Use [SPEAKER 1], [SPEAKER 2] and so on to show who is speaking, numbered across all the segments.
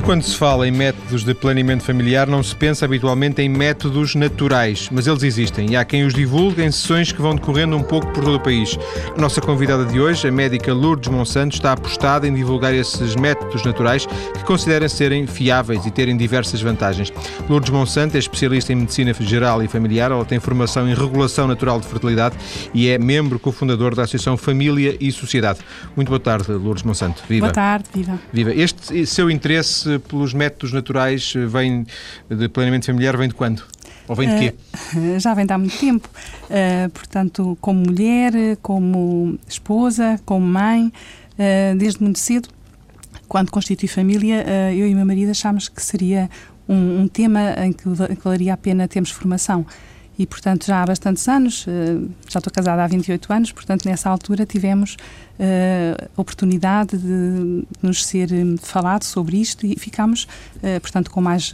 [SPEAKER 1] quando se fala em métodos de planeamento familiar, não se pensa habitualmente em métodos naturais, mas eles existem e há quem os divulgue em sessões que vão decorrendo um pouco por todo o país. A nossa convidada de hoje, a médica Lourdes Monsanto, está apostada em divulgar esses métodos naturais que considera serem fiáveis e terem diversas vantagens. Lourdes Monsanto é especialista em medicina geral e familiar, ela tem formação em regulação natural de fertilidade e é membro cofundador da Associação Família e Sociedade. Muito boa tarde, Lourdes Monsanto. Viva.
[SPEAKER 2] Boa tarde, viva.
[SPEAKER 1] Viva. Este seu interesse pelos métodos naturais vem de planeamento familiar, vem de quando? Ou vem de quê?
[SPEAKER 2] Já vem de há muito tempo. Portanto, como mulher, como esposa, como mãe, desde muito cedo, quando constitui família, eu e o meu marido achámos que seria um tema em que valeria a pena termos formação. E, portanto, já há bastantes anos, já estou casada há 28 anos, portanto, nessa altura tivemos a oportunidade de nos ser falado sobre isto e ficámos, portanto,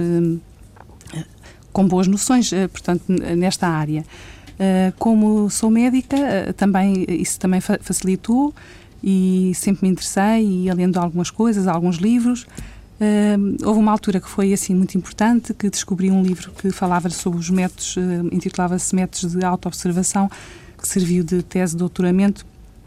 [SPEAKER 2] com boas noções, portanto, nesta área. Como sou médica, isso também facilitou e sempre me interessei e ia lendo algumas coisas, alguns livros. Houve uma altura que foi assim muito importante, que descobri um livro que falava sobre os métodos, intitulava-se Métodos de Autoobservação, que serviu de tese de doutoramento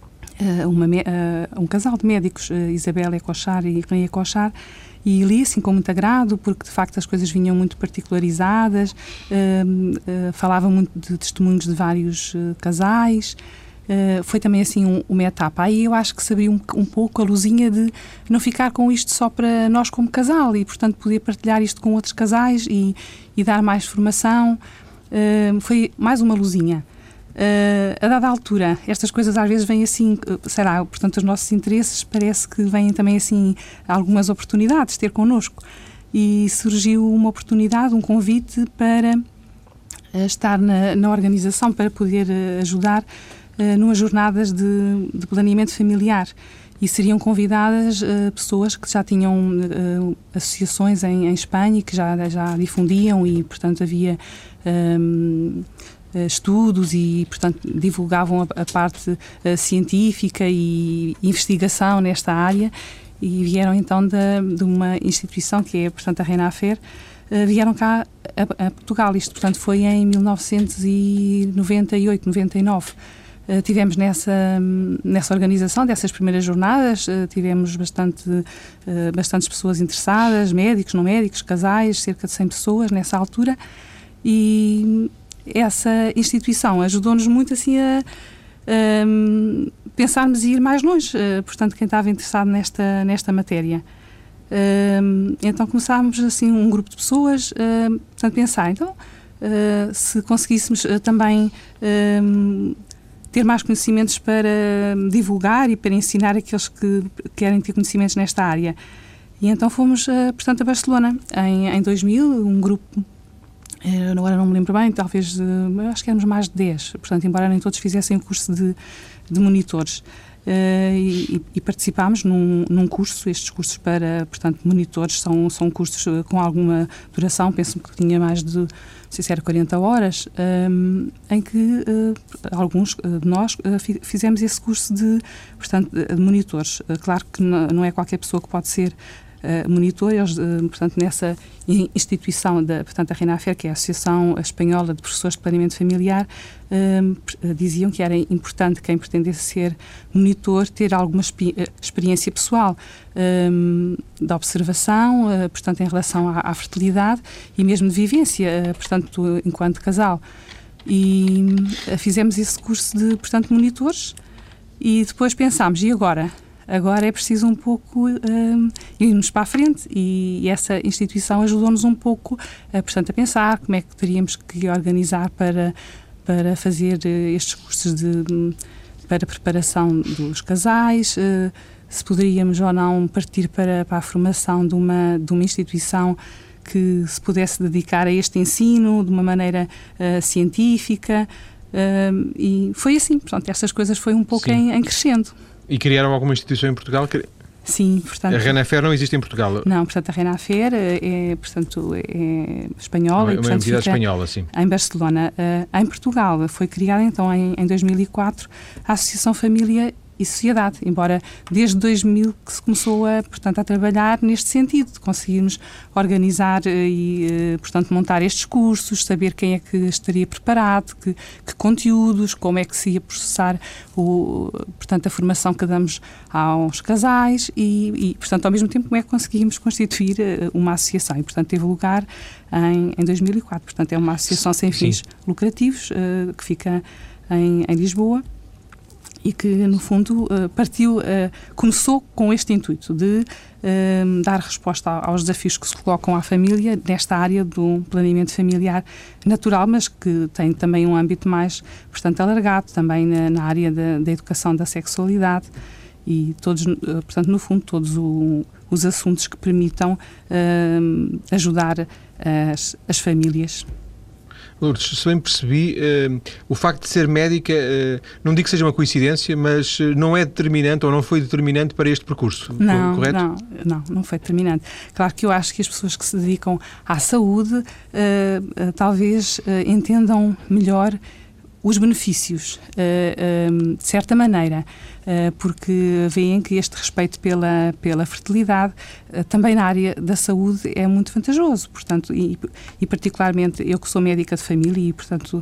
[SPEAKER 2] a um casal de médicos, Isabel Ecochar e René Ecochar, e li assim com muito agrado, porque de facto as coisas vinham muito particularizadas, falava muito de testemunhos de vários casais. Foi também assim uma etapa. Aí eu acho que se abriu um pouco a luzinha de não ficar com isto só para nós como casal e, portanto, poder partilhar isto com outros casais e dar mais formação. Foi mais uma luzinha. A dada altura, estas coisas às vezes vêm assim, sei lá, portanto, os nossos interesses parece que vêm também assim algumas oportunidades ter connosco. E surgiu uma oportunidade, um convite para estar na organização, para poder ajudar numas jornadas de planeamento familiar, e seriam convidadas pessoas que já tinham associações em Espanha e que já difundiam e, portanto, havia estudos e, portanto, divulgavam a parte científica e investigação nesta área, e vieram então de uma instituição que é, portanto, a Renafer. Vieram cá a Portugal. Isto, portanto, foi em 1998, 99. Tivemos nessa organização dessas primeiras jornadas, tivemos bastantes pessoas interessadas, médicos, não médicos, casais, cerca de 100 pessoas nessa altura, e essa instituição ajudou-nos muito assim a pensarmos e ir mais longe, portanto, quem estava interessado nesta matéria. Então começámos assim um grupo de pessoas, portanto, pensar, então, se conseguíssemos também ter mais conhecimentos para divulgar e para ensinar aqueles que querem ter conhecimentos nesta área. E então fomos, portanto, a Barcelona, em 2000, um grupo, agora não me lembro bem, talvez, acho que éramos mais de 10, portanto, embora nem todos fizessem o curso de monitores. E participámos num curso. Estes cursos para, portanto, monitores são cursos com alguma duração, penso que tinha mais de, não sei se era 40 horas, em que alguns de nós fizemos esse curso de monitores. Claro que não é qualquer pessoa que pode ser monitor. Eles, portanto, nessa instituição portanto, a Renafer, que é a Associação Espanhola de Professores de Planeamento Familiar, diziam que era importante quem pretendesse ser monitor ter alguma experiência pessoal da observação, portanto, em relação à fertilidade e mesmo de vivência, portanto, enquanto casal. E fizemos esse curso de, portanto, monitores, e depois pensámos, e agora? Agora é preciso um pouco irmos para a frente, e essa instituição ajudou-nos um pouco, portanto, a pensar como é que teríamos que organizar para fazer estes cursos para preparação dos casais, se poderíamos ou não partir para a formação de uma instituição que se pudesse dedicar a este ensino de uma maneira científica, e foi assim, portanto, estas coisas foi um pouco em crescendo.
[SPEAKER 1] E criaram alguma instituição em Portugal?
[SPEAKER 2] Sim, portanto...
[SPEAKER 1] A Renafer não existe em Portugal?
[SPEAKER 2] Não, portanto, a Renafer é espanhola.
[SPEAKER 1] É uma entidade espanhola, sim.
[SPEAKER 2] Em Barcelona. Em Portugal foi criada, então, em 2004, a Associação Família e sociedade, embora desde 2000 que se começou portanto, a trabalhar neste sentido, de conseguirmos organizar e, portanto, montar estes cursos, saber quem é que estaria preparado, que conteúdos, como é que se ia processar portanto, a formação que damos aos casais e, portanto, ao mesmo tempo, como é que conseguimos constituir uma associação. E, portanto, teve lugar em 2004. Portanto, é uma associação sem fins lucrativos que fica em Lisboa e que, no fundo, começou com este intuito de dar resposta aos desafios que se colocam à família nesta área do planeamento familiar natural, mas que tem também um âmbito mais, portanto, alargado, também na área da educação da sexualidade e todos, portanto, no fundo, todos os assuntos que permitam ajudar as famílias.
[SPEAKER 1] Lourdes, se bem percebi, o facto de ser médica, não digo que seja uma coincidência, mas não é determinante ou não foi determinante para este percurso, correto?
[SPEAKER 2] Não foi determinante. Claro que eu acho que as pessoas que se dedicam à saúde talvez entendam melhor os benefícios, de certa maneira, porque veem que este respeito pela fertilidade, também na área da saúde, é muito vantajoso. Portanto, e particularmente eu que sou médica de família e, portanto,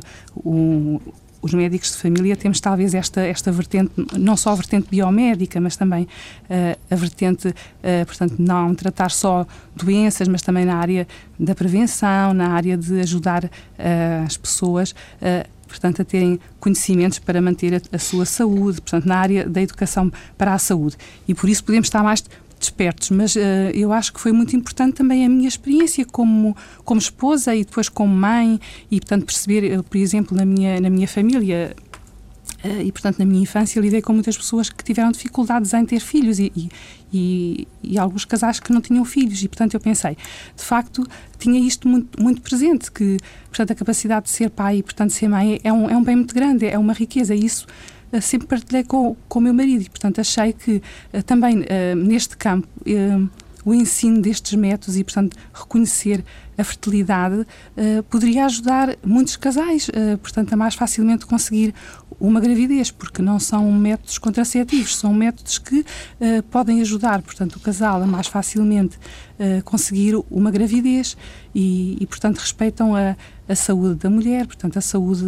[SPEAKER 2] os médicos de família temos talvez esta vertente, não só a vertente biomédica, mas também a vertente, portanto, não tratar só doenças, mas também na área da prevenção, na área de ajudar as pessoas portanto, a terem conhecimentos para manter a sua saúde, portanto, na área da educação para a saúde. E por isso podemos estar mais despertos, mas eu acho que foi muito importante também a minha experiência como esposa e depois como mãe e, portanto, perceber, por exemplo, na minha família e, portanto, na minha infância lidei com muitas pessoas que tiveram dificuldades em ter filhos e alguns casais que não tinham filhos e, portanto, eu pensei, de facto, tinha isto muito, muito presente, que, portanto, a capacidade de ser pai e, portanto, ser mãe é um bem muito grande, é uma riqueza e isso sempre partilhei com o meu marido e, portanto, achei que também neste campo o ensino destes métodos e, portanto, reconhecer a fertilidade poderia ajudar muitos casais, portanto, a mais facilmente conseguir uma gravidez, porque não são métodos contraceptivos, são métodos que podem ajudar, portanto, o casal a mais facilmente conseguir uma gravidez e, portanto, respeitam a saúde da mulher, portanto, a saúde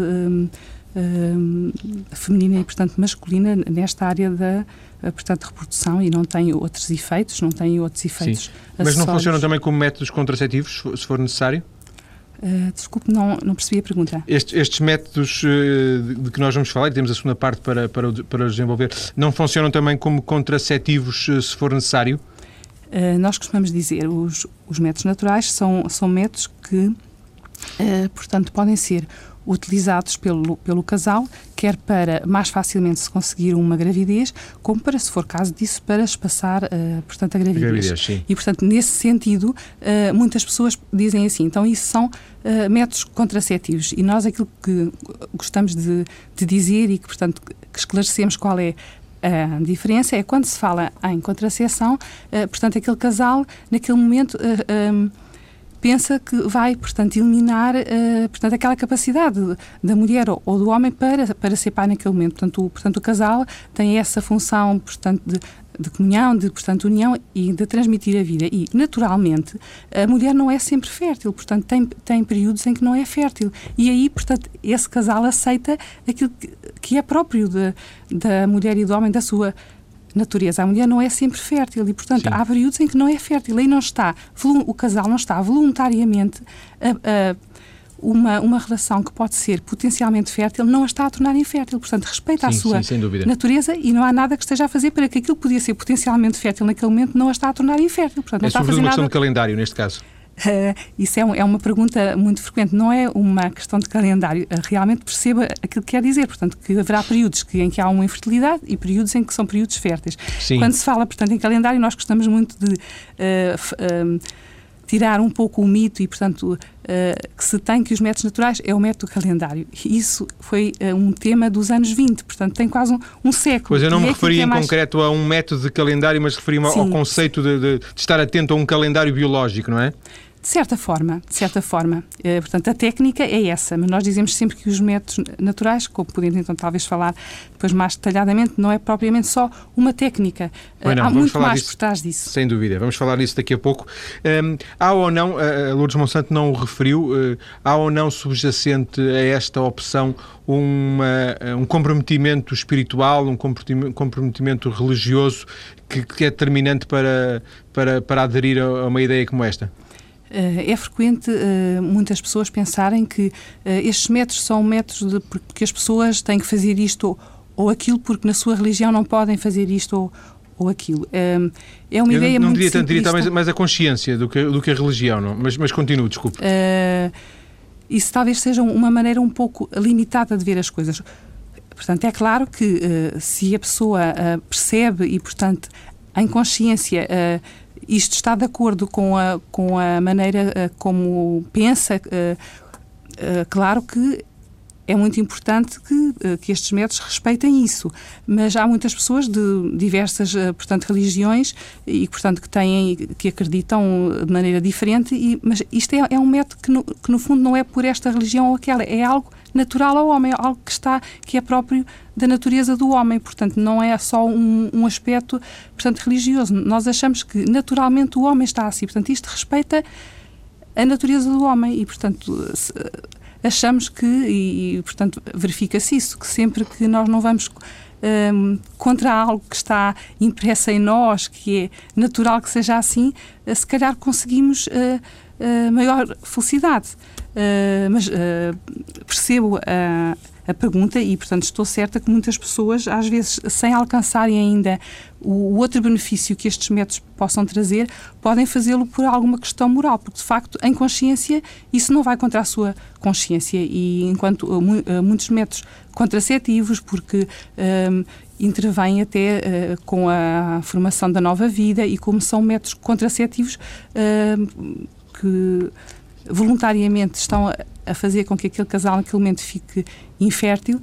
[SPEAKER 2] feminina e, portanto, masculina nesta área da portanto, reprodução e não tem outros efeitos,
[SPEAKER 1] Sim. Mas não funcionam também como métodos contraceptivos, se for necessário?
[SPEAKER 2] Desculpe, não percebi a pergunta.
[SPEAKER 1] Estes métodos de que nós vamos falar, e temos a segunda parte para desenvolver, não funcionam também como contraceptivos se for necessário?
[SPEAKER 2] Nós costumamos dizer, os métodos naturais são métodos que, portanto, podem ser utilizados pelo casal, quer para mais facilmente se conseguir uma gravidez, como para, se for caso disso, para espaçar, portanto, a gravidez.
[SPEAKER 1] Sim.
[SPEAKER 2] E, portanto, nesse sentido, muitas pessoas dizem assim, então isso são métodos contraceptivos. E nós aquilo que gostamos de dizer e que, portanto, que esclarecemos qual é a diferença é quando se fala em contracepção, portanto, aquele casal, naquele momento, pensa que vai, portanto, eliminar portanto, aquela capacidade da mulher ou do homem para ser pai naquele momento. Portanto, o casal tem essa função, portanto, de comunhão, portanto, união e de transmitir a vida. E, naturalmente, a mulher não é sempre fértil, portanto, tem períodos em que não é fértil. E aí, portanto, esse casal aceita aquilo que é próprio da mulher e do homem, da sua natureza. A mulher não é sempre fértil e, portanto,
[SPEAKER 1] Sim.
[SPEAKER 2] há períodos em que não é fértil. Aí o casal não está voluntariamente uma relação que pode ser potencialmente fértil, não a está a tornar infértil. Portanto, respeita a sua natureza e não há nada que esteja a fazer para que aquilo que podia ser potencialmente fértil naquele momento não a está a tornar infértil. Portanto, não está a fazer
[SPEAKER 1] uma
[SPEAKER 2] nada.
[SPEAKER 1] questão de calendário, neste caso.
[SPEAKER 2] Isso é uma pergunta muito frequente, não é uma questão de calendário, realmente perceba aquilo que quer dizer, portanto, que haverá períodos em que há uma infertilidade e períodos em que são períodos férteis.
[SPEAKER 1] Sim.
[SPEAKER 2] Quando se fala, portanto, em calendário, nós gostamos muito de tirar um pouco o mito e, portanto, que se tem que os métodos naturais é o método calendário. Isso foi um tema dos anos 20, portanto, tem quase um século.
[SPEAKER 1] Pois eu não me referi em concreto a um método de calendário, mas referi-me ao conceito de estar atento a um calendário biológico, não é?
[SPEAKER 2] De certa forma. Portanto, a técnica é essa, mas nós dizemos sempre que os métodos naturais, como podemos então talvez falar depois mais detalhadamente, não é propriamente só uma técnica. Há muito mais por trás disso.
[SPEAKER 1] Sem dúvida, vamos falar disso daqui a pouco. Há ou não, a Lourdes Monsanto não o referiu, há ou não subjacente a esta opção um comprometimento espiritual, um comprometimento religioso que é determinante para aderir a uma ideia como esta?
[SPEAKER 2] É frequente muitas pessoas pensarem que estes métodos são métodos porque as pessoas têm que fazer isto ou aquilo porque na sua religião não podem fazer isto ou aquilo. É uma ideia muito simplista.
[SPEAKER 1] Não diria mais a consciência do que a religião, não? Mas continuo, desculpe.
[SPEAKER 2] Isso talvez seja uma maneira um pouco limitada de ver as coisas. Portanto, é claro que se a pessoa percebe e, portanto, em consciência isto está de acordo com a maneira como pensa, claro que é muito importante que estes métodos respeitem isso, mas há muitas pessoas de diversas, portanto, religiões e, portanto, que acreditam de maneira diferente, mas isto é um método que no fundo não é por esta religião ou aquela, é algo natural ao homem, algo que é próprio da natureza do homem, portanto, não é só um aspecto, portanto, religioso. Nós achamos que naturalmente o homem está assim, portanto, isto respeita a natureza do homem e, portanto, achamos que, portanto, verifica-se isso, que sempre que nós não vamos contra algo que está impresso em nós, que é natural que seja assim, se calhar conseguimos maior felicidade. Mas percebo a pergunta e, portanto, estou certa que muitas pessoas, às vezes, sem alcançarem ainda o outro benefício que estes métodos possam trazer, podem fazê-lo por alguma questão moral, porque, de facto, em consciência, isso não vai contra a sua consciência e, enquanto muitos métodos contraceptivos, porque intervêm até com a formação da nova vida e como são métodos contraceptivos que voluntariamente estão a fazer com que aquele casal naquele momento fique infértil,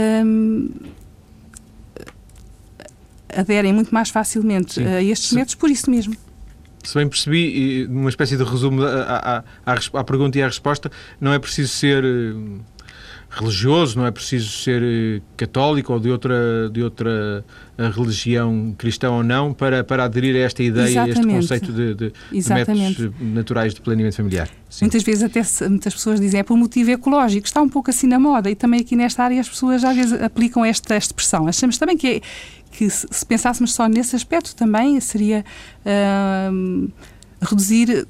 [SPEAKER 2] aderem muito mais facilmente a estes métodos por isso mesmo.
[SPEAKER 1] Se bem percebi, numa espécie de resumo à pergunta e à resposta, não é preciso ser religioso, não é preciso ser católico ou de outra religião cristã ou não para aderir a esta ideia, a este conceito de métodos naturais de planeamento familiar.
[SPEAKER 2] Sim. Muitas vezes muitas pessoas dizem é por motivo ecológico, está um pouco assim na moda e também aqui nesta área as pessoas às vezes aplicam esta expressão. Achamos também que se pensássemos só nesse aspecto também seria reduzir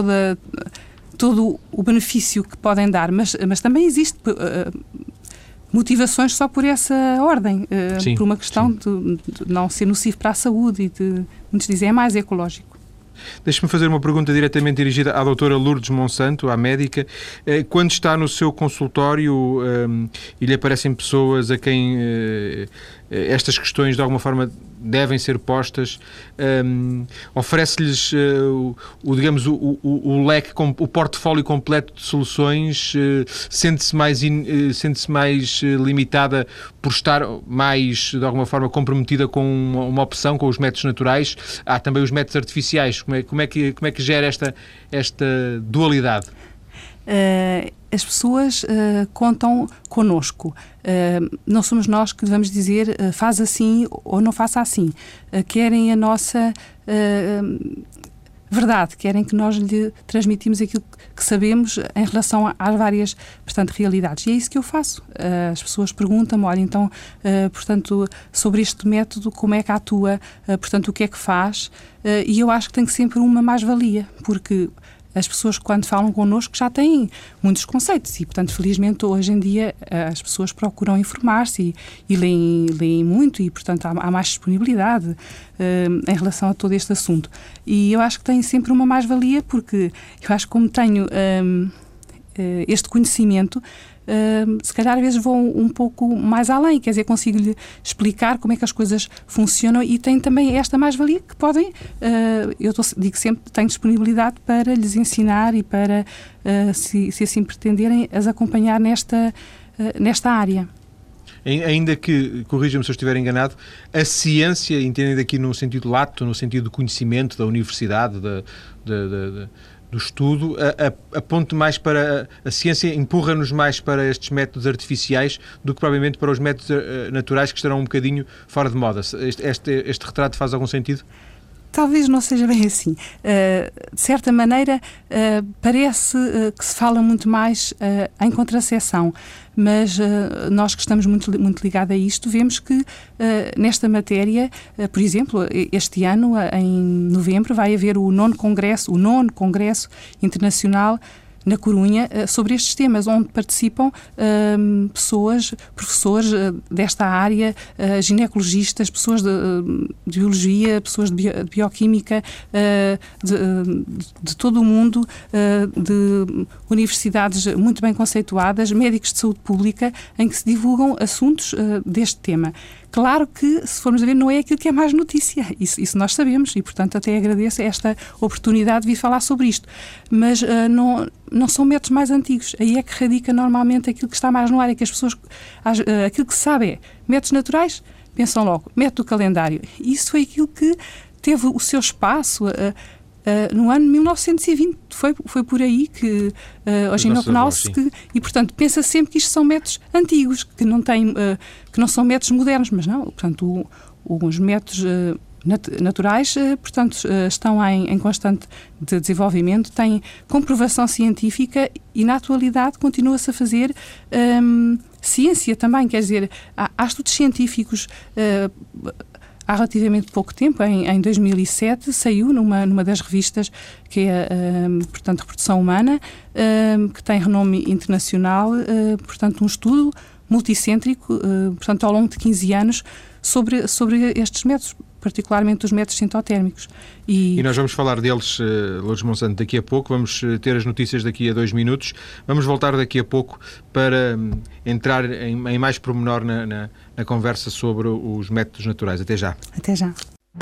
[SPEAKER 2] todo o benefício que podem dar, mas também existe motivações só por essa ordem, por uma questão de não ser nocivo para a saúde e muitos dizem é mais ecológico.
[SPEAKER 1] Deixe-me fazer uma pergunta diretamente dirigida à doutora Lourdes Monsanto, à médica. Quando está no seu consultório e lhe aparecem pessoas a quem estas questões de alguma forma devem ser postas, oferece-lhes o leque, o portfólio completo de soluções, sente-se mais limitada por estar mais, de alguma forma, comprometida com uma opção, com os métodos naturais. Há também os métodos artificiais. Como é que gera esta dualidade?
[SPEAKER 2] As pessoas contam connosco. Não somos nós que devemos dizer faz assim ou não faça assim. Querem a nossa verdade, querem que nós lhe transmitimos aquilo que sabemos em relação às várias, portanto, realidades. E é isso que eu faço. As pessoas perguntam-me, olha, então, portanto, sobre este método, como é que atua, portanto, o que é que faz? E eu acho que tem sempre uma mais-valia, porque as pessoas, quando falam connosco, já têm muitos conceitos e, portanto, felizmente, hoje em dia, as pessoas procuram informar-se e leem muito e, portanto, há mais disponibilidade em relação a todo este assunto. E eu acho que tem sempre uma mais-valia porque eu acho que como tenho este conhecimento, se calhar às vezes vou um pouco mais além, quer dizer, consigo-lhe explicar como é que as coisas funcionam e tem também esta mais-valia que podem, digo sempre, tenho disponibilidade para lhes ensinar e para, se assim pretenderem, as acompanhar nesta área.
[SPEAKER 1] Ainda que, corrija-me se eu estiver enganado, a ciência, entendendo aqui no sentido lato, no sentido do conhecimento, da universidade, estudo aponte mais para... A ciência empurra-nos mais para estes métodos artificiais do que provavelmente para os métodos naturais, que estarão um bocadinho fora de moda. Este retrato faz algum sentido?
[SPEAKER 2] Talvez não seja bem assim. De certa maneira, parece que se fala muito mais em contracepção, mas nós que estamos muito ligados a isto, vemos que nesta matéria, por exemplo, este ano, em novembro, vai haver o nono Congresso Internacional na Corunha, sobre estes temas, onde participam professores desta área, ginecologistas, pessoas de biologia, pessoas de bioquímica, de todo o mundo, de universidades muito bem conceituadas, médicos de saúde pública, em que se divulgam assuntos deste tema. Claro que, se formos a ver, não é aquilo que é mais notícia. Isso nós sabemos e, portanto, até agradeço esta oportunidade de vir falar sobre isto. Mas não são métodos mais antigos. Aí é que radica normalmente aquilo que está mais no ar, é que as pessoas, aquilo que se sabe é métodos naturais, pensam logo, método calendário. Isso foi aquilo que teve o seu espaço no ano 1920. Foi por aí que hoje inoculou-se e, portanto, pensa sempre que isto são métodos antigos, que não são métodos modernos, mas não, portanto, os métodos naturais, portanto, estão em constante desenvolvimento, têm comprovação científica e, na atualidade, continua-se a fazer ciência também, quer dizer, há estudos científicos. Há relativamente pouco tempo, em 2007, saiu numa das revistas que é, portanto, Reprodução Humana, que tem renome internacional, portanto, um estudo multicêntrico, portanto, ao longo de 15 anos, sobre estes métodos, particularmente os métodos sintotérmicos.
[SPEAKER 1] E nós vamos falar deles, Lourdes Monsanto, daqui a pouco. Vamos ter as notícias daqui a 2 minutos. Vamos voltar daqui a pouco para entrar em mais pormenor na conversa sobre os métodos naturais. Até já.
[SPEAKER 2] Até já.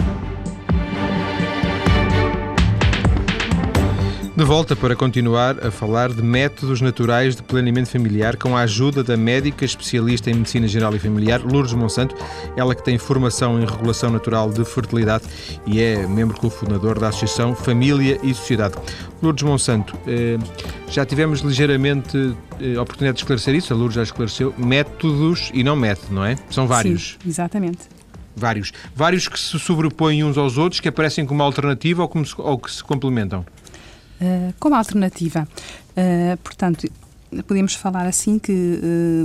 [SPEAKER 1] De volta para continuar a falar de métodos naturais de planeamento familiar com a ajuda da médica especialista em Medicina Geral e Familiar, Lourdes Monsanto, ela que tem formação em Regulação Natural de Fertilidade e é membro cofundador da Associação Família e Sociedade. Lourdes Monsanto, já tivemos ligeiramente a oportunidade de esclarecer isso, a Lourdes já esclareceu, métodos e não método, não é? São vários.
[SPEAKER 2] Sim, exatamente.
[SPEAKER 1] Vários que se sobrepõem uns aos outros, que aparecem como alternativa ou que se complementam?
[SPEAKER 2] Como alternativa, portanto, podemos falar assim que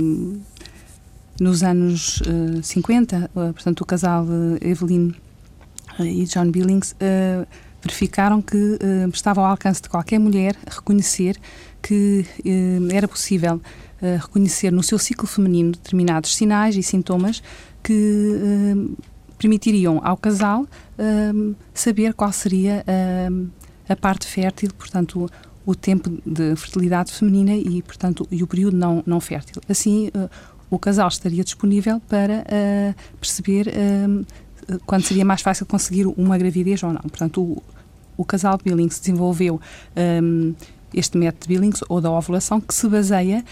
[SPEAKER 2] nos anos 50, portanto, o casal Evelyn e John Billings verificaram que estava ao alcance de qualquer mulher reconhecer que era possível reconhecer no seu ciclo feminino determinados sinais e sintomas que permitiriam ao casal saber qual seria a parte fértil, portanto, o tempo de fertilidade feminina e, portanto, o período não fértil. Assim, o casal estaria disponível para perceber quando seria mais fácil conseguir uma gravidez ou não. Portanto, o casal Billings desenvolveu este método de Billings, ou da ovulação, que se baseia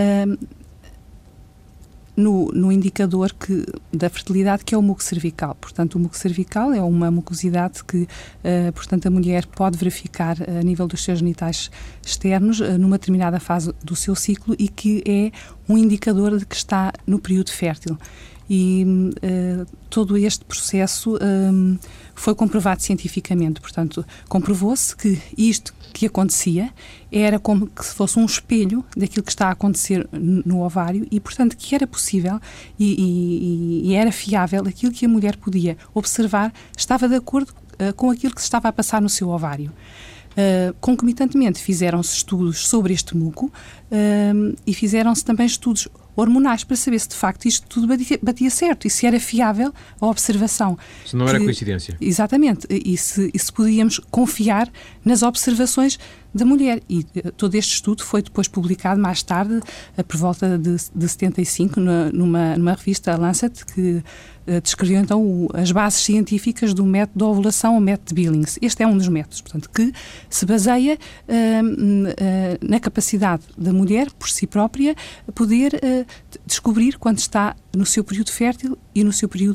[SPEAKER 2] no indicador da fertilidade, que é o muco cervical. Portanto, o muco cervical é uma mucosidade que, portanto, a mulher pode verificar a nível dos seus genitais externos numa determinada fase do seu ciclo e que é um indicador de que está no período fértil. E todo este processo foi comprovado cientificamente. Portanto, comprovou-se que isto que acontecia era como que se fosse um espelho daquilo que está a acontecer no ovário e, portanto, que era possível e era fiável aquilo que a mulher podia observar, estava de acordo com aquilo que se estava a passar no seu ovário. Concomitantemente, fizeram-se estudos sobre este muco e fizeram-se também estudos hormonais para saber se de facto isto tudo batia certo e se era fiável a observação.
[SPEAKER 1] Se não era coincidência.
[SPEAKER 2] Exatamente. E se podíamos confiar nas observações da mulher. E todo este estudo foi depois publicado mais tarde, por volta de 75, numa revista Lancet, que descreveu então as bases científicas do método de ovulação, o método de Billings. Este é um dos métodos, portanto, que se baseia na capacidade da mulher, por si própria, poder descobrir quando está no seu período fértil e no seu período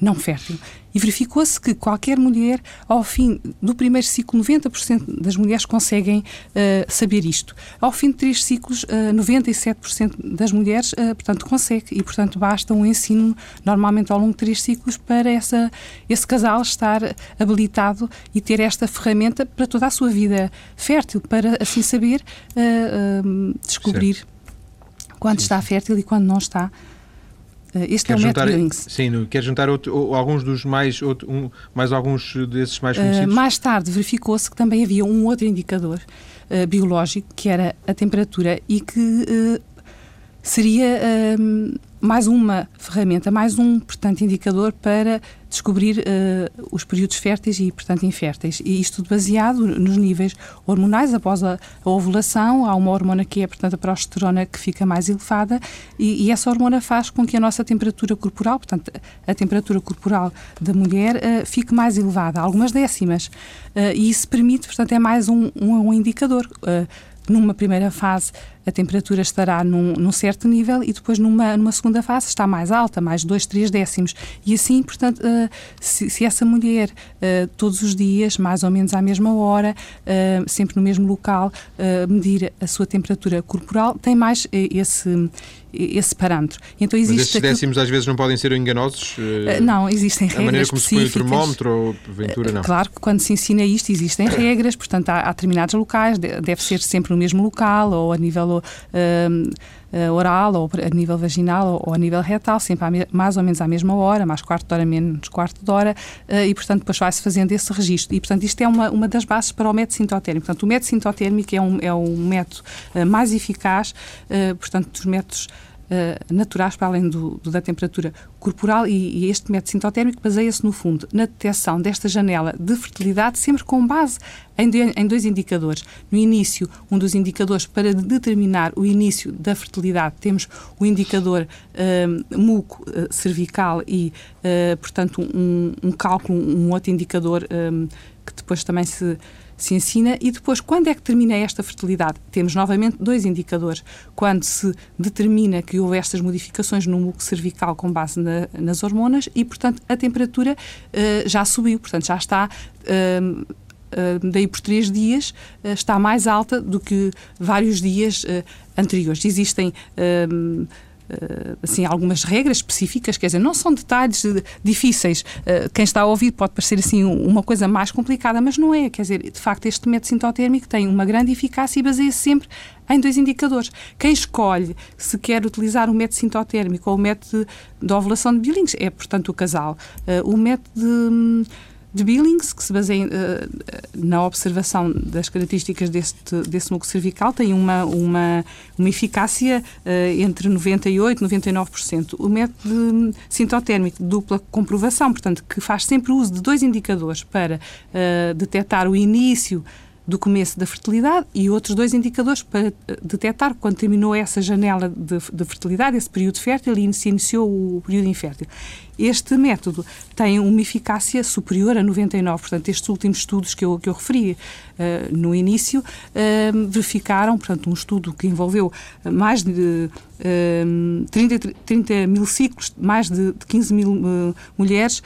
[SPEAKER 2] não fértil. E verificou-se que qualquer mulher, ao fim do primeiro ciclo, 90% das mulheres conseguem saber isto. Ao fim de 3 ciclos, 97% das mulheres, portanto, consegue. E, portanto, basta um ensino, normalmente ao longo de 3 ciclos, para esse casal estar habilitado e ter esta ferramenta para toda a sua vida fértil, para assim saber descobrir quando está fértil e quando não está. Este é o método Billings.
[SPEAKER 1] Sim, quer juntar alguns dos mais alguns desses mais conhecidos?
[SPEAKER 2] Mais tarde verificou-se que também havia um outro indicador biológico, que era a temperatura, e que seria mais uma ferramenta, mais um, portanto, indicador para descobrir os períodos férteis e, portanto, inférteis. E isto baseado nos níveis hormonais. Após a ovulação, há uma hormona que é, portanto, a progesterona, que fica mais elevada, e essa hormona faz com que a nossa temperatura corporal, portanto, a temperatura corporal da mulher, fique mais elevada, algumas décimas. E isso permite, portanto, é mais um indicador. Numa primeira fase, a temperatura estará num certo nível, e depois numa segunda fase está mais alta, mais 2, 3 décimos. E assim, portanto, se essa mulher todos os dias, mais ou menos à mesma hora, sempre no mesmo local, medir a sua temperatura corporal, tem mais esse parâmetro. Então, existe.
[SPEAKER 1] Mas estes décimos às vezes não podem ser enganosos?
[SPEAKER 2] Não, existem regras.
[SPEAKER 1] A maneira como
[SPEAKER 2] específicas.
[SPEAKER 1] Se põe o termómetro, ou porventura não?
[SPEAKER 2] Claro que quando se ensina isto existem regras, portanto há determinados locais, deve ser sempre no mesmo local, ou a nível oral, ou a nível vaginal, ou a nível retal, sempre mais ou menos à mesma hora, mais quarto de hora, menos quarto de hora, e portanto depois vai-se fazendo esse registro. E portanto isto é uma das bases para o método sintotérmico. Portanto, o método sintotérmico é um método mais eficaz, portanto, dos métodos naturais, para além da temperatura corporal, e este método sintotérmico baseia-se, no fundo, na detecção desta janela de fertilidade, sempre com base em 2 indicadores. No início, um dos indicadores para determinar o início da fertilidade, temos o indicador muco cervical e, portanto, um cálculo, um outro indicador que depois também se ensina. E depois, quando é que termina esta fertilidade? Temos novamente 2 indicadores. Quando se determina que houve estas modificações no muco cervical com base nas hormonas, e, portanto, a temperatura já subiu, portanto, já está, daí por 3 dias, está mais alta do que vários dias anteriores. Existem assim, algumas regras específicas, quer dizer, não são detalhes difíceis. Quem está a ouvir pode parecer assim uma coisa mais complicada, mas não é. Quer dizer, de facto, este método sintotérmico tem uma grande eficácia e baseia-se sempre em 2 indicadores. Quem escolhe se quer utilizar o método sintotérmico ou o método de ovulação de Billings é, portanto, o casal. O método de Billings, que se baseia na observação das características desse muco cervical, tem uma eficácia entre 98% e 99%. O método sintotérmico de dupla comprovação, portanto, que faz sempre uso de 2 indicadores para detectar o início do começo da fertilidade, e outros 2 indicadores para detectar quando terminou essa janela de fertilidade, esse período fértil, e se iniciou o período infértil. Este método tem uma eficácia superior a 99%. Portanto, estes últimos estudos que eu referi no início verificaram, portanto, um estudo que envolveu mais de 30 mil ciclos, mais de 15 mil mulheres,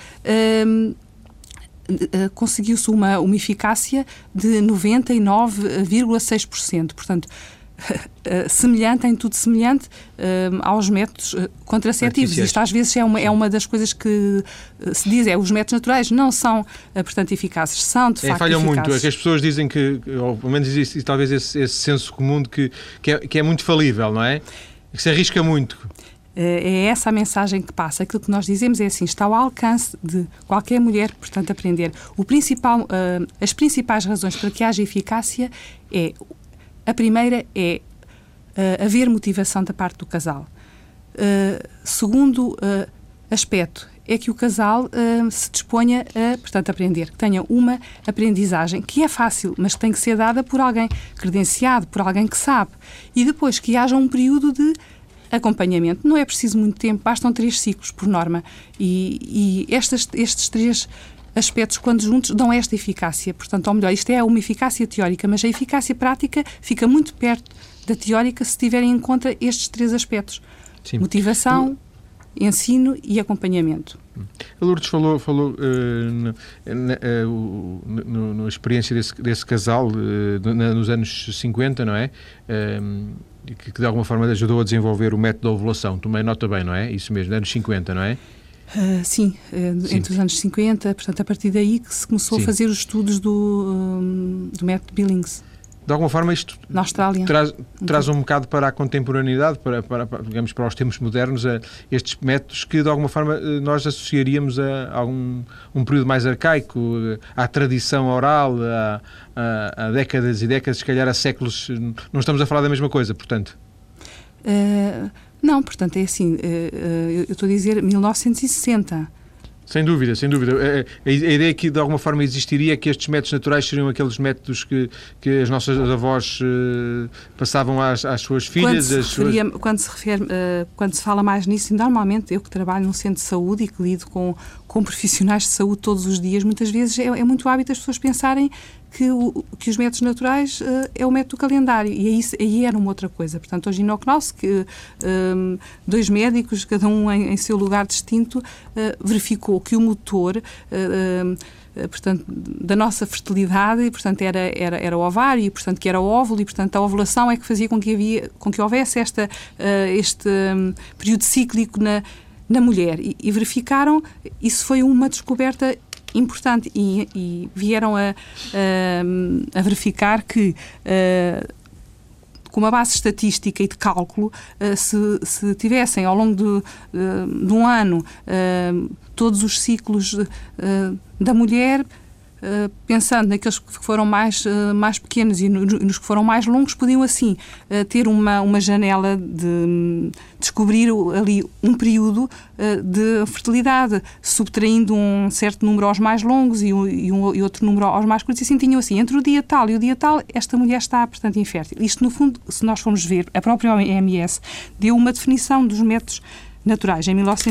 [SPEAKER 2] conseguiu-se uma eficácia de 99,6%. Portanto, semelhante, em tudo semelhante aos métodos contraceptivos. Isto às vezes é uma das coisas que se diz, os métodos naturais não são, portanto, eficazes. São, de facto,
[SPEAKER 1] falham
[SPEAKER 2] eficazes.
[SPEAKER 1] muito. É que as pessoas dizem que, ou pelo menos existe talvez esse senso comum de que é muito falível, não é? Que se arrisca muito.
[SPEAKER 2] É essa a mensagem que passa. Aquilo que nós dizemos é assim, está ao alcance de qualquer mulher, portanto, aprender. As principais razões para que haja eficácia a primeira é haver motivação da parte do casal. Segundo aspecto é que o casal se disponha a, portanto, aprender, que tenha uma aprendizagem que é fácil, mas que tem que ser dada por alguém credenciado, por alguém que sabe. E depois que haja um período de acompanhamento. Não é preciso muito tempo, bastam 3 ciclos por norma. E estes 3 aspectos, quando juntos, dão esta eficácia. Portanto, ou melhor, isto é uma eficácia teórica, mas a eficácia prática fica muito perto da teórica se tiverem em conta estes 3 aspectos. Sim. Motivação, ensino e acompanhamento.
[SPEAKER 1] A Lourdes falou na experiência desse casal nos anos 50, não é? Que de alguma forma ajudou a desenvolver o método da ovulação. Tomei nota bem, não é? Isso mesmo, anos 50, não é?
[SPEAKER 2] Sim, entre os anos 50, portanto, a partir daí que se começou a fazer os estudos do método Billings.
[SPEAKER 1] De alguma forma isto
[SPEAKER 2] na Austrália.
[SPEAKER 1] Traz um bocado para a contemporaneidade, digamos, para os tempos modernos, a estes métodos que de alguma forma nós associaríamos a um período mais arcaico, à tradição oral, a décadas e décadas, se calhar a séculos. Não estamos a falar da mesma coisa, portanto?
[SPEAKER 2] Não, portanto, é assim, eu estou a dizer 1960.
[SPEAKER 1] Sem dúvida, sem dúvida. A ideia que de alguma forma existiria é que estes métodos naturais seriam aqueles métodos que as nossas avós passavam às suas filhas.
[SPEAKER 2] Quando se fala mais nisso, normalmente eu que trabalho num centro de saúde e que lido com profissionais de saúde todos os dias, muitas vezes é muito hábito as pessoas pensarem que os métodos naturais é o método calendário, e aí era uma outra coisa. Portanto, hoje no Knauss, que 2 médicos, cada um em seu lugar distinto, verificou que o motor portanto, da nossa fertilidade, portanto, era o ovário, e, portanto, que era o óvulo, e, portanto, a ovulação é que fazia com que houvesse este período cíclico na mulher. E verificaram, isso foi uma descoberta importante, e vieram a verificar que com uma base estatística e de cálculo, se tivessem ao longo de um ano todos os ciclos da mulher, pensando naqueles que foram mais pequenos e nos que foram mais longos, podiam assim ter uma janela de descobrir ali um período de fertilidade, subtraindo um certo número aos mais longos e outro número aos mais curtos, e assim tinham assim, entre o dia tal e o dia tal, esta mulher está, portanto, infértil. Isto, no fundo, se nós formos ver, a própria OMS deu uma definição dos métodos naturais. Em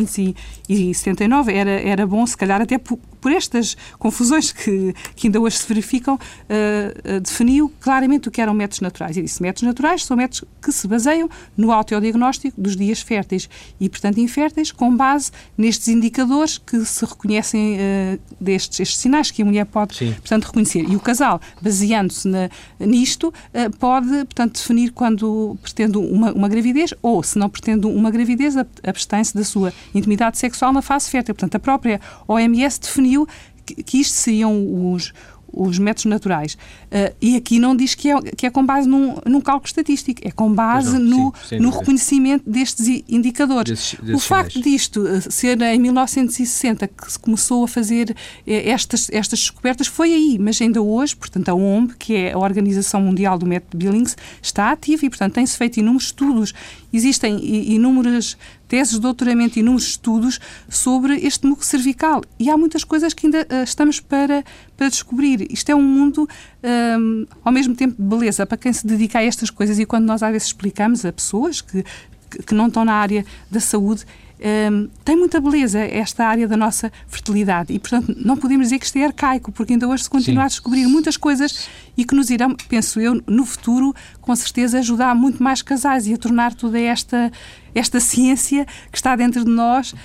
[SPEAKER 2] 1979 era bom, se calhar até por estas confusões que ainda hoje se verificam, definiu claramente o que eram métodos naturais. E disse, métodos naturais são métodos que se baseiam no autodiagnóstico dos dias férteis e, portanto, inférteis, com base nestes indicadores que se reconhecem estes sinais que a mulher pode, portanto, reconhecer. E o casal, baseando-se nisto, pode, portanto, definir quando pretende uma gravidez, ou, se não pretende uma gravidez, abstém-se da sua intimidade sexual na fase fértil. Portanto, a própria OMS definiu que isto seriam os métodos naturais. E aqui não diz que é com base num cálculo estatístico, é com base no reconhecimento destes indicadores. O facto disto ser em 1960 que se começou a fazer estas descobertas foi aí, mas ainda hoje, portanto, a OMB, que é a Organização Mundial do Método Billings, está ativa e, portanto, tem-se feito inúmeros estudos. Existem inúmeras teses de doutoramento e inúmeros estudos sobre este muco cervical. E há muitas coisas que ainda estamos para descobrir. Isto é um mundo, ao mesmo tempo, de beleza para quem se dedica a estas coisas, e quando nós às vezes explicamos a pessoas que não estão na área da saúde, tem muita beleza esta área da nossa fertilidade e, portanto, não podemos dizer que isto é arcaico, porque ainda hoje se continua a descobrir muitas coisas e que nos irão, penso eu, no futuro, com certeza, ajudar muito mais casais e a tornar toda esta ciência que está dentro de nós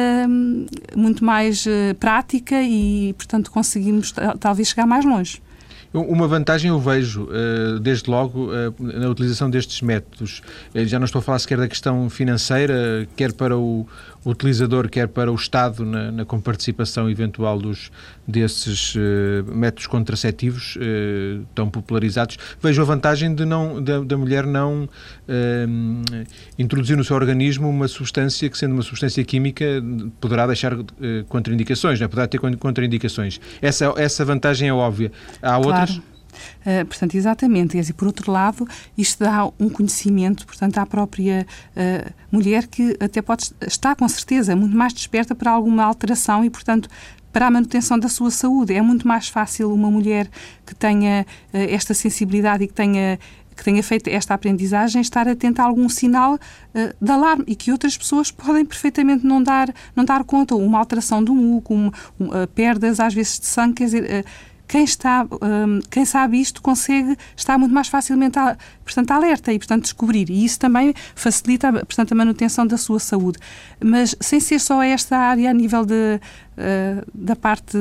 [SPEAKER 2] muito mais prática e, portanto, conseguimos talvez chegar mais longe.
[SPEAKER 1] Uma vantagem eu vejo, desde logo, na utilização destes métodos. Já não estou a falar sequer da questão financeira, quer para o utilizador, quer para o Estado, na comparticipação eventual desses métodos contraceptivos tão popularizados. Vejo a vantagem da mulher não introduzir no seu organismo uma substância que, sendo uma substância química, poderá deixar contraindicações, não é? Poderá ter contraindicações. Essa vantagem é óbvia. Há outras?
[SPEAKER 2] Claro. Portanto, exatamente. E, por outro lado, isto dá um conhecimento, portanto, à própria mulher, que até pode estar, com certeza, muito mais desperta para alguma alteração e, portanto, para a manutenção da sua saúde. É muito mais fácil uma mulher que tenha esta sensibilidade e que tenha feito esta aprendizagem estar atenta a algum sinal de alarme e que outras pessoas podem perfeitamente não dar conta. Uma alteração do muco, perdas às vezes de sangue, quer dizer, quem sabe isto consegue estar muito mais facilmente portanto, alerta e, portanto, descobrir. E isso também facilita, portanto, a manutenção da sua saúde. Mas sem ser só esta área a nível da parte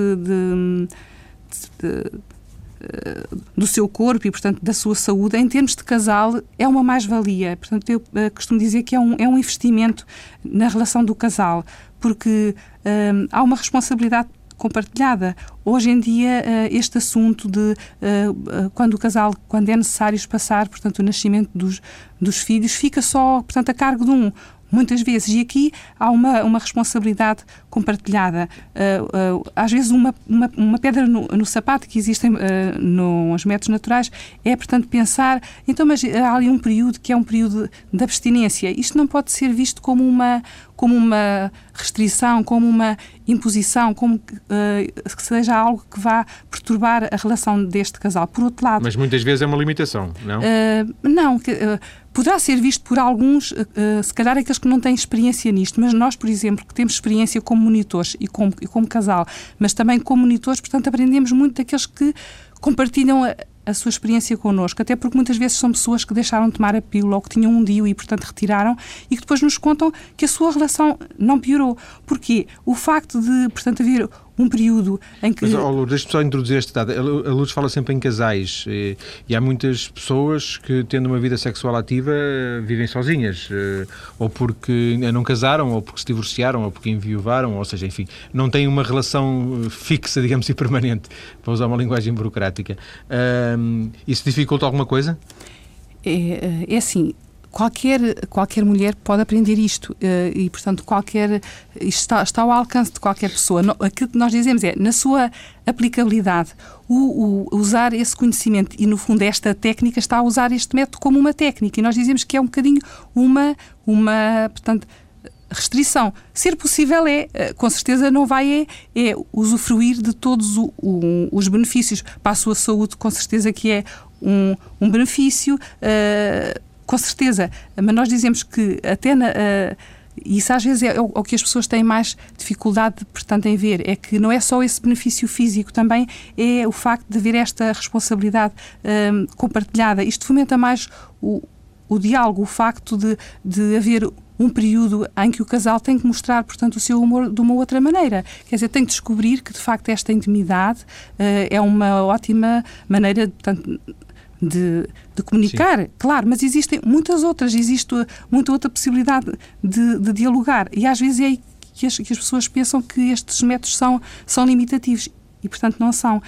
[SPEAKER 2] do seu corpo e, portanto, da sua saúde, em termos de casal, é uma mais-valia. Portanto, eu costumo dizer que é um investimento na relação do casal, porque há uma responsabilidade compartilhada. Hoje em dia, este assunto de quando é necessário espaçar, portanto, o nascimento dos filhos, fica só, portanto, a cargo de um. Muitas vezes, e aqui há uma responsabilidade compartilhada. Às vezes uma pedra no sapato que existem nos métodos naturais é, portanto, pensar, então, mas há ali um período que é um período de abstinência. Isto não pode ser visto como uma restrição, como uma imposição, como que seja algo que vá perturbar a relação deste casal. Por outro lado...
[SPEAKER 1] Mas muitas vezes é uma limitação, não?
[SPEAKER 2] Não, poderá ser visto por alguns, se calhar aqueles que não têm experiência nisto, mas nós, por exemplo, que temos experiência como monitores e como casal, mas também como monitores, portanto, aprendemos muito daqueles que compartilham a sua experiência connosco, até porque muitas vezes são pessoas que deixaram de tomar a pílula ou que tinham um DIU e, portanto, retiraram e que depois nos contam que a sua relação não piorou. Porquê? O facto de, portanto, haver um período em que...
[SPEAKER 1] Mas, Lourdes, deixa-me só introduzir este dado. A Lourdes fala sempre em casais e há muitas pessoas que, tendo uma vida sexual ativa, vivem sozinhas, ou porque não casaram, ou porque se divorciaram, ou porque enviuvaram, ou seja, enfim, não têm uma relação fixa, digamos, e permanente, para usar uma linguagem burocrática. Isso dificulta alguma coisa?
[SPEAKER 2] É assim... Qualquer mulher pode aprender isto e, portanto, isto está ao alcance de qualquer pessoa. Aquilo que nós dizemos é, na sua aplicabilidade, usar esse conhecimento e, no fundo, esta técnica está a usar este método como uma técnica e nós dizemos que é um bocadinho portanto, restrição. Ser possível com certeza não vai usufruir de todos os benefícios para a sua saúde, com certeza que é um benefício, com certeza, mas nós dizemos que até isso às vezes é o que as pessoas têm mais dificuldade, portanto, em ver, é que não é só esse benefício físico, também é o facto de haver esta responsabilidade compartilhada. Isto fomenta mais o diálogo, o facto de haver um período em que o casal tem que mostrar, portanto, o seu humor de uma outra maneira. Quer dizer, tem que descobrir que, de facto, esta intimidade é uma ótima maneira, portanto, de comunicar, sim, claro, mas existem muitas outras, existe muita outra possibilidade de dialogar e às vezes é aí que as pessoas pensam que estes métodos são limitativos e, portanto, não são.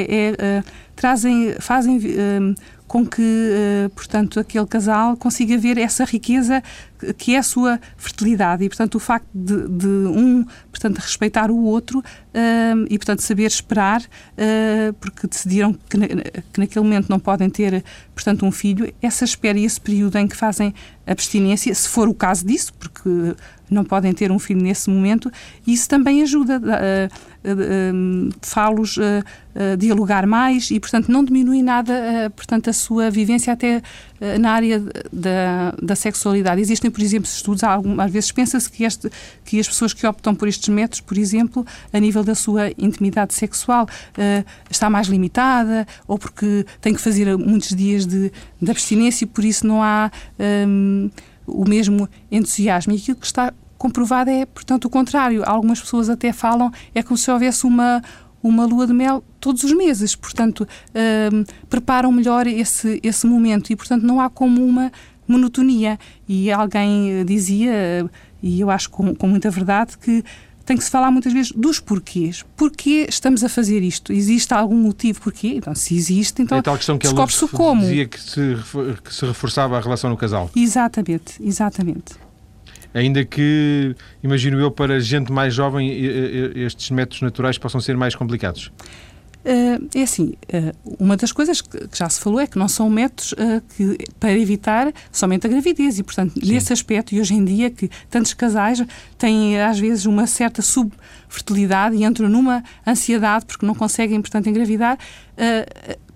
[SPEAKER 2] Fazem com que, portanto, aquele casal consiga ver essa riqueza que é a sua fertilidade e, portanto, o facto de portanto, respeitar o outro e, portanto, saber esperar, porque decidiram que naquele momento não podem ter, portanto, um filho, essa espera e esse período em que fazem abstinência, se for o caso disso, porque não podem ter um filho nesse momento, isso também ajuda fá-los a dialogar mais e, portanto, não diminui nada, portanto, a sua vivência até na área da sexualidade. Existem, por exemplo, estudos, às vezes pensa-se que as pessoas que optam por estes métodos, por exemplo, a nível da sua intimidade sexual, está mais limitada ou porque tem que fazer muitos dias de abstinência e por isso não há o mesmo entusiasmo. E aquilo que está comprovado é, portanto, o contrário. Algumas pessoas até falam, é como se houvesse uma lua de mel todos os meses, portanto, preparam melhor esse momento e, portanto, não há como uma monotonia. E alguém dizia, e eu acho com muita verdade, que tem que se falar muitas vezes dos porquês. Porquê estamos a fazer isto? Existe algum motivo? Porquê? Então, se existe, então descobre-se o como.
[SPEAKER 1] Dizia que se reforçava a relação no casal.
[SPEAKER 2] Exatamente.
[SPEAKER 1] Ainda que, imagino eu, para gente mais jovem, estes métodos naturais possam ser mais complicados.
[SPEAKER 2] É assim, uma das coisas que já se falou é que não são métodos para evitar somente a gravidez e, portanto, sim, nesse aspecto, e hoje em dia que tantos casais têm às vezes uma certa subfertilidade e entram numa ansiedade porque não conseguem, portanto, engravidar,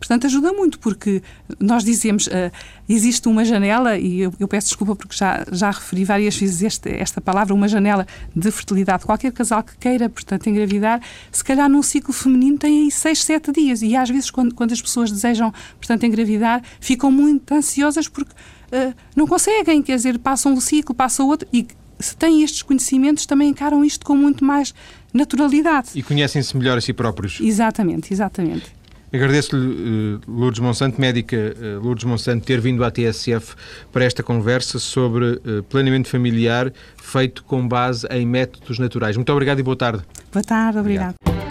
[SPEAKER 2] Portanto, ajuda muito, porque nós dizemos, existe uma janela, e eu peço desculpa porque já referi várias vezes esta palavra, uma janela de fertilidade. Qualquer casal que queira, portanto, engravidar, se calhar num ciclo feminino tem aí 6, 7 dias. E às vezes, quando as pessoas desejam, portanto, engravidar, ficam muito ansiosas porque não conseguem, quer dizer, passam um ciclo, passa outro, e se têm estes conhecimentos, também encaram isto com muito mais naturalidade.
[SPEAKER 1] E conhecem-se melhor a si próprios.
[SPEAKER 2] Exatamente, exatamente.
[SPEAKER 1] Agradeço-lhe, Lourdes Monsanto, médica Lourdes Monsanto, ter vindo à TSF para esta conversa sobre planeamento familiar feito com base em métodos naturais. Muito obrigado e boa tarde.
[SPEAKER 2] Boa tarde, obrigado.